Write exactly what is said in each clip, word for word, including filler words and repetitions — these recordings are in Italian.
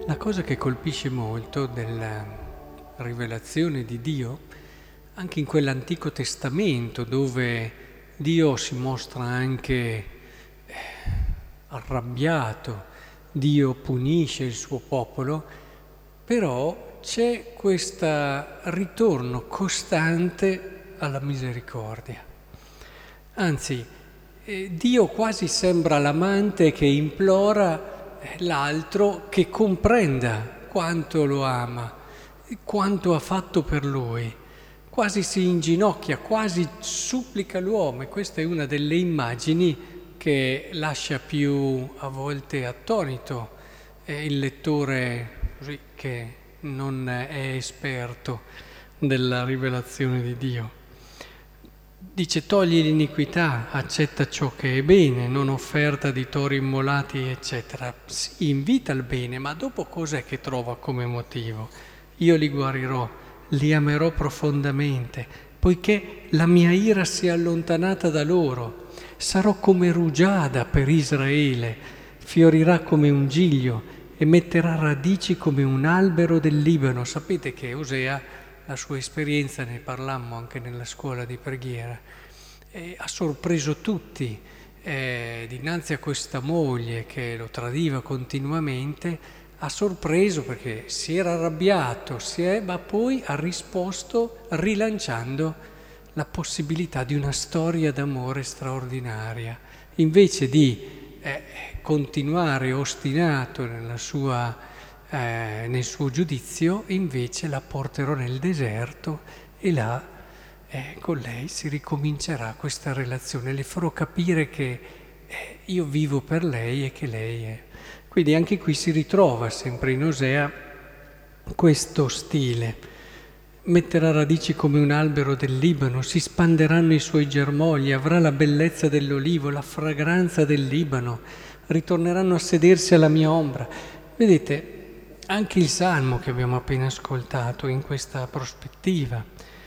La cosa che colpisce molto della rivelazione di Dio, anche in quell'Antico Testamento dove Dio si mostra anche eh, arrabbiato, Dio punisce il suo popolo, però c'è questo ritorno costante alla misericordia. Anzi, eh, Dio quasi sembra l'amante che implora eh, l'altro che comprenda quanto lo ama, quanto ha fatto per lui. Quasi si inginocchia, quasi supplica l'uomo, e questa è una delle immagini che lascia più a volte attonito eh, il lettore così, che non è esperto della rivelazione di Dio. Dice: togli l'iniquità, accetta ciò che è bene, non offerta di tori immolati, eccetera. Si invita al bene, ma dopo cos'è che trova come motivo? Io li guarirò, li amerò profondamente, poiché la mia ira si è allontanata da loro. Sarò come rugiada per Israele, fiorirà come un giglio e metterà radici come un albero del Libano. Sapete che Osea, la sua esperienza, ne parlammo anche nella scuola di preghiera, eh, ha sorpreso tutti eh, dinanzi a questa moglie che lo tradiva continuamente. Ha sorpreso perché si era arrabbiato, si è, ma poi ha risposto rilanciando la possibilità di una storia d'amore straordinaria. Invece di eh, continuare ostinato nella sua, eh, nel suo giudizio, invece la porterò nel deserto e là eh, con lei si ricomincerà questa relazione. Le farò capire che eh, io vivo per lei e che lei è. Quindi anche qui si ritrova sempre in Osea questo stile. Metterà radici come un albero del Libano, si spanderanno i suoi germogli, avrà la bellezza dell'olivo, la fragranza del Libano, ritorneranno a sedersi alla mia ombra. Vedete, anche il Salmo che abbiamo appena ascoltato in questa prospettiva,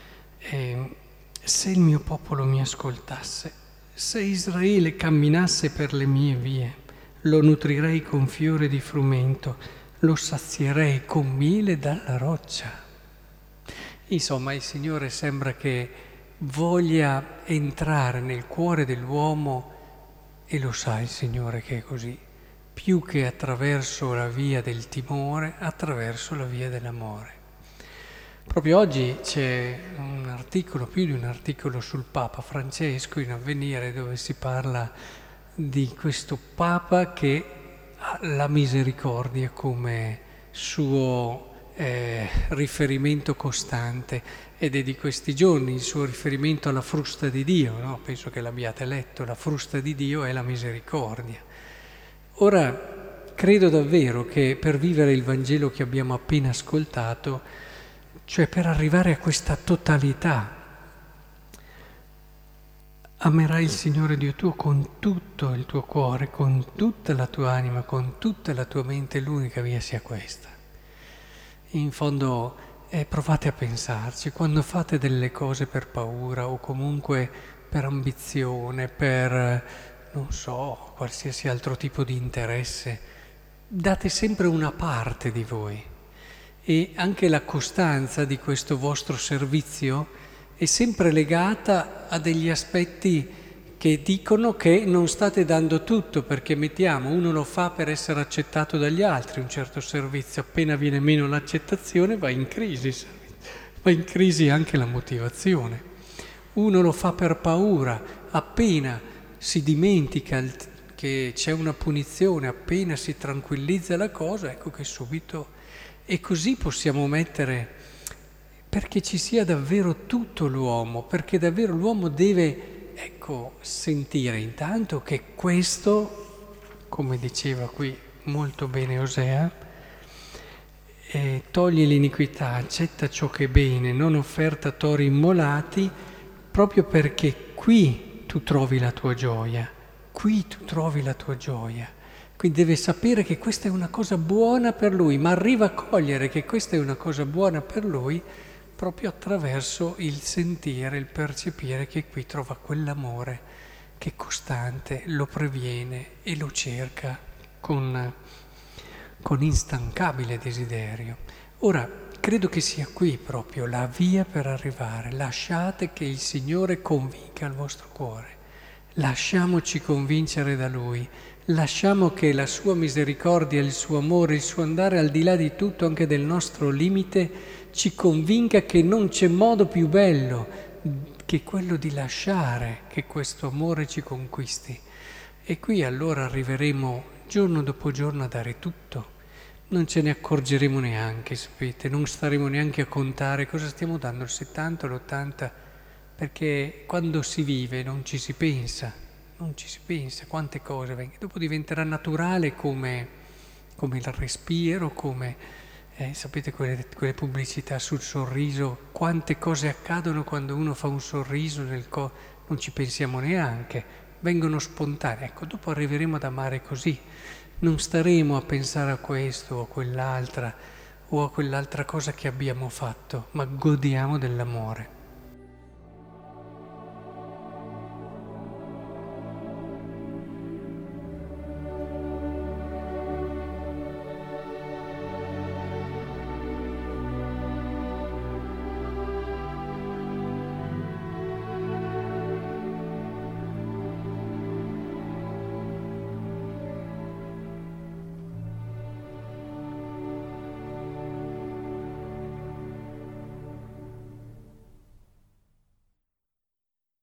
eh, se il mio popolo mi ascoltasse, se Israele camminasse per le mie vie, lo nutrirei con fiore di frumento, lo sazierei con miele dalla roccia. Insomma, il Signore sembra che voglia entrare nel cuore dell'uomo, e lo sa il Signore che è così, più che attraverso la via del timore, attraverso la via dell'amore. Proprio oggi c'è un articolo, più di un articolo sul Papa Francesco in Avvenire, dove si parla di questo Papa che ha la misericordia come suo eh, riferimento costante, ed è di questi giorni il suo riferimento alla frusta di Dio, no? Penso che l'abbiate letto, la frusta di Dio è la misericordia. Ora, credo davvero che per vivere il Vangelo che abbiamo appena ascoltato, cioè per arrivare a questa totalità, amerai il Signore Dio tuo con tutto il tuo cuore, con tutta la tua anima, con tutta la tua mente. L'unica via sia questa. In fondo eh, provate a pensarci, quando fate delle cose per paura o comunque per ambizione, per, non so, qualsiasi altro tipo di interesse, date sempre una parte di voi, e anche la costanza di questo vostro servizio è sempre legata a degli aspetti che dicono che non state dando tutto, perché mettiamo, uno lo fa per essere accettato dagli altri, un certo servizio, appena viene meno l'accettazione va in crisi, va in crisi anche la motivazione. Uno lo fa per paura, appena si dimentica che c'è una punizione, appena si tranquillizza la cosa, ecco che subito... E così possiamo mettere, perché ci sia davvero tutto l'uomo, perché davvero l'uomo deve, ecco, sentire intanto che questo, come diceva qui molto bene Osea, eh, togli l'iniquità, accetta ciò che è bene, non offerta tori immolati, proprio perché qui tu trovi la tua gioia, qui tu trovi la tua gioia. Quindi deve sapere che questa è una cosa buona per lui, ma arriva a cogliere che questa è una cosa buona per lui proprio attraverso il sentire, il percepire che qui trova quell'amore che è costante, lo previene e lo cerca con, con instancabile desiderio. Ora, credo che sia qui proprio la via per arrivare. Lasciate che il Signore convinca il vostro cuore. Lasciamoci convincere da Lui. Lasciamo che la sua misericordia, il suo amore, il suo andare al di là di tutto, anche del nostro limite, ci convinca che non c'è modo più bello che quello di lasciare che questo amore ci conquisti. E qui allora arriveremo giorno dopo giorno a dare tutto. Non ce ne accorgeremo neanche, sapete, non staremo neanche a contare cosa stiamo dando, il settanta, l'ottanta, perché quando si vive non ci si pensa. Non ci si pensa, quante cose vengono. Dopo diventerà naturale come, come il respiro, come, eh, sapete, quelle, quelle pubblicità sul sorriso, quante cose accadono quando uno fa un sorriso, nel co- non ci pensiamo neanche, vengono spontanee. Ecco, dopo arriveremo ad amare così, non staremo a pensare a questo o a quell'altra o a quell'altra cosa che abbiamo fatto, ma godiamo dell'amore.